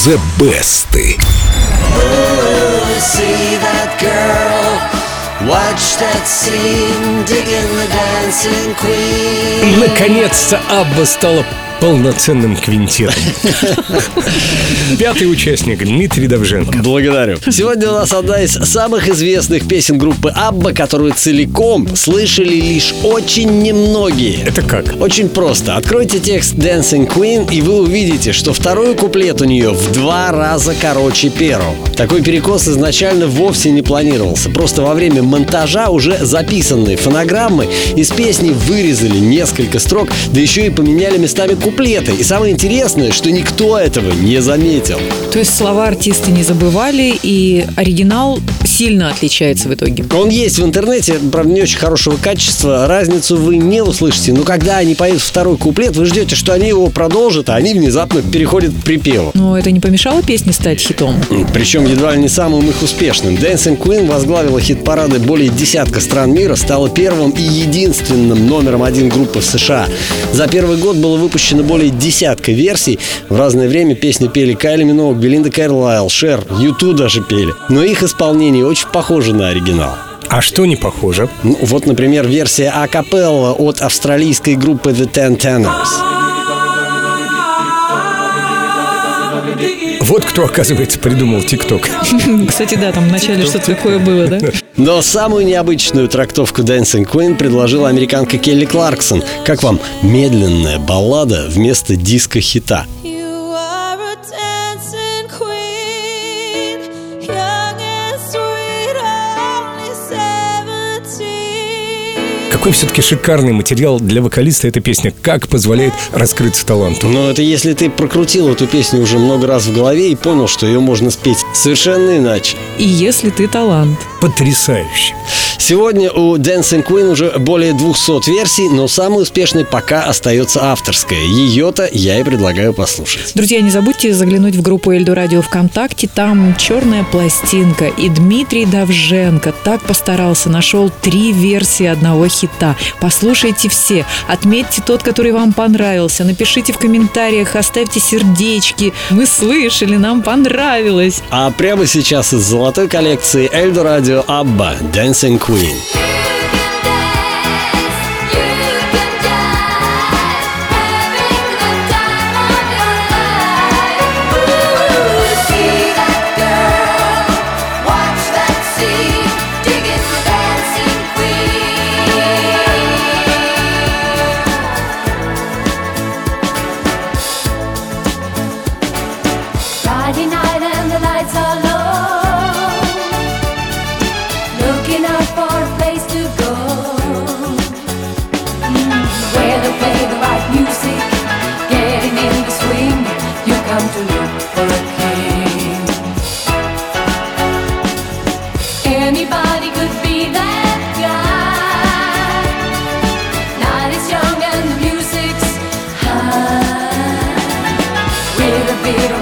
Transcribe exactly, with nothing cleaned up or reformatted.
The Best. Наконец-то Абба стала полноценным квинтетом. Пятый участник Дмитрий Довженко. Благодарю. Сегодня у нас одна из самых известных песен группы Абба, которую целиком слышали лишь очень немногие. Это как? Очень просто. Откройте текст Dancing Queen, и вы увидите, что второй куплет у нее в два раза короче первого. Такой перекос изначально вовсе не планировался. Просто во время монтажа уже записанные фонограммы из песни вырезали несколько строк, да еще и поменяли местами куплеты. И самое интересное, что никто этого не заметил. То есть слова артисты не забывали, и оригинал сильно отличается в итоге. Он есть в интернете, правда, не очень хорошего качества. Разницу вы не услышите. Но когда они поют второй куплет, вы ждете, что они его продолжат, а они внезапно переходят к припеву. Но это не помешало песне стать хитом? Причем едва ли не самым их успешным. Dancing Queen возглавила хит-парады более десятка стран мира, стала первым и единственным номером один группы в США. За первый год было выпущено более десятка версий. В разное время песни пели Кайли Миноуг, Белинда Карлайл, Шер, ю ту даже пели. Но их исполнение очень похоже на оригинал. А что не похоже? Ну, вот, например, версия акапелла от австралийской группы The Ten Tenors. Вот кто, оказывается, придумал ТикТок. Кстати, да, там вначале что-то такое было, да? Но самую необычную трактовку Dancing Queen предложила американка Келли Кларксон. Как вам медленная баллада вместо диско-хита? Какой все-таки шикарный материал для вокалиста эта песня. Как позволяет раскрыться таланту. Но это если ты прокрутил эту песню уже много раз в голове и понял, что ее можно спеть совершенно иначе. И если ты талант. Потрясающе. Сегодня у Dancing Queen уже более двухсот версий, но самой успешной пока остается авторская. Ее-то я и предлагаю послушать. Друзья, не забудьте заглянуть в группу Эльдо Радио ВКонтакте. Там черная пластинка. И Дмитрий Довженко так постарался, нашел три версии одного хита. Послушайте все. Отметьте тот, который вам понравился. Напишите в комментариях, оставьте сердечки. Мы слышали, нам понравилось. А прямо сейчас из золотой коллекции Эльдо Радио Абба Dancing Queen. Friday night and the lights are low, looking out for a place to go, mm, where they play the right music, getting in the swing. You come to look for a king. Anybody could be that guy. Night is young and the music's high, with a bit of